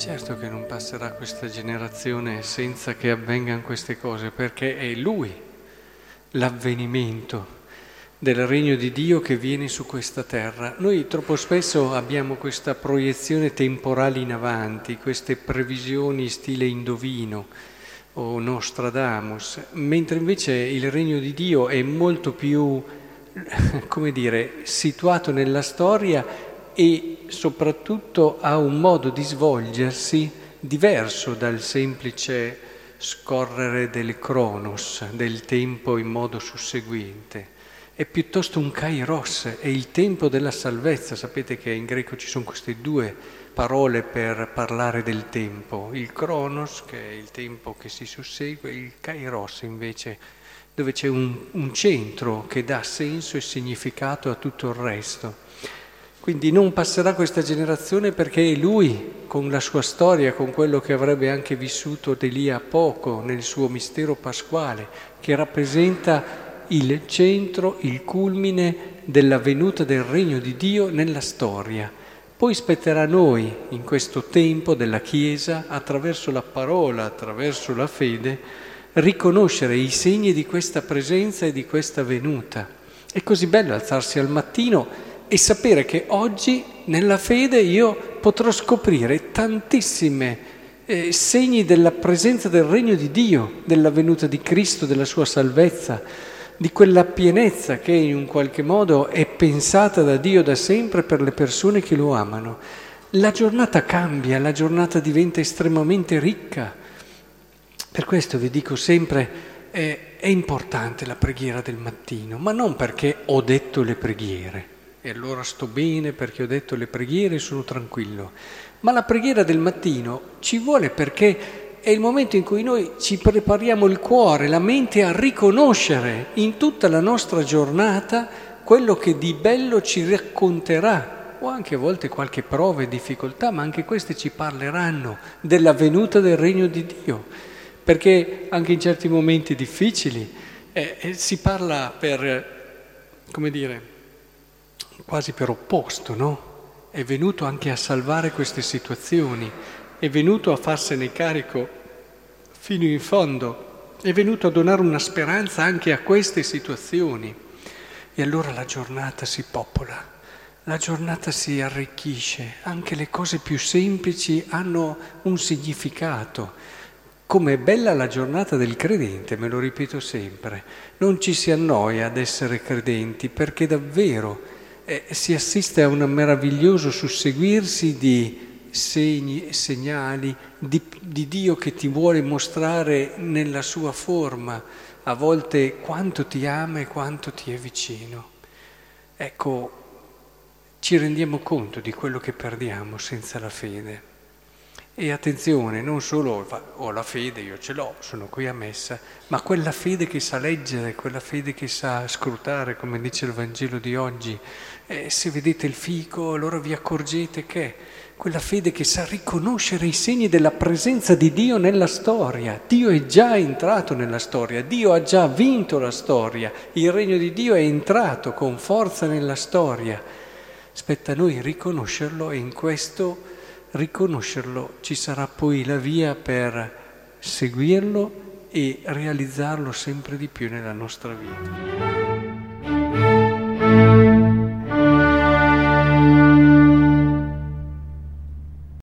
certo che non passerà questa generazione senza che avvengano queste cose, perché è Lui l'avvenimento del regno di Dio che viene su questa terra. Noi troppo spesso abbiamo questa proiezione temporale in avanti, queste previsioni stile indovino o Nostradamus, mentre invece il regno di Dio è molto più, come dire, situato nella storia e soprattutto ha un modo di svolgersi diverso dal semplice scorrere del Cronos, del tempo in modo susseguente. È piuttosto un kairos, è il tempo della salvezza. Sapete che in greco ci sono queste due parole per parlare del tempo, il Cronos, che è il tempo che si sussegue, il kairos invece, dove c'è un centro che dà senso e significato a tutto il resto. Quindi non passerà questa generazione perché è Lui, con la sua storia, con quello che avrebbe anche vissuto di lì a poco nel suo mistero pasquale, che rappresenta il centro, il culmine della venuta del regno di Dio nella storia. Poi spetterà a noi, in questo tempo della Chiesa, attraverso la parola, attraverso la fede, riconoscere i segni di questa presenza e di questa venuta. È così bello alzarsi al mattino e sapere che oggi nella fede io potrò scoprire tantissime segni della presenza del regno di Dio, della venuta di Cristo, della sua salvezza, di quella pienezza che in un qualche modo è pensata da Dio da sempre per le persone che lo amano. La giornata cambia, la giornata diventa estremamente ricca. Per questo vi dico sempre, è importante la preghiera del mattino, ma non perché ho detto le preghiere. E allora sto bene perché ho detto le preghiere e sono tranquillo. Ma la preghiera del mattino ci vuole perché è il momento in cui noi ci prepariamo il cuore, la mente a riconoscere in tutta la nostra giornata quello che di bello ci racconterà, o anche a volte qualche prova e difficoltà, ma anche queste ci parleranno della venuta del regno di Dio. Perché anche in certi momenti difficili si parla per, come dire, quasi per opposto, no? È venuto anche a salvare queste situazioni, è venuto a farsene carico fino in fondo, è venuto a donare una speranza anche a queste situazioni. E allora la giornata si popola, la giornata si arricchisce, anche le cose più semplici hanno un significato. Come è bella la giornata del credente, me lo ripeto sempre, non ci si annoia ad essere credenti perché davvero si assiste a un meraviglioso susseguirsi di segni e segnali di Dio che ti vuole mostrare nella sua forma, a volte quanto ti ama e quanto ti è vicino. Ecco, ci rendiamo conto di quello che perdiamo senza la fede. E attenzione, non solo ho la fede, io ce l'ho, sono qui a messa, ma quella fede che sa leggere, quella fede che sa scrutare, come dice il Vangelo di oggi. Se vedete il fico, allora vi accorgete che quella fede che sa riconoscere i segni della presenza di Dio nella storia. Dio è già entrato nella storia, Dio ha già vinto la storia, il regno di Dio è entrato con forza nella storia. Spetta a noi riconoscerlo e in questo riconoscerlo ci sarà poi la via per seguirlo e realizzarlo sempre di più nella nostra vita.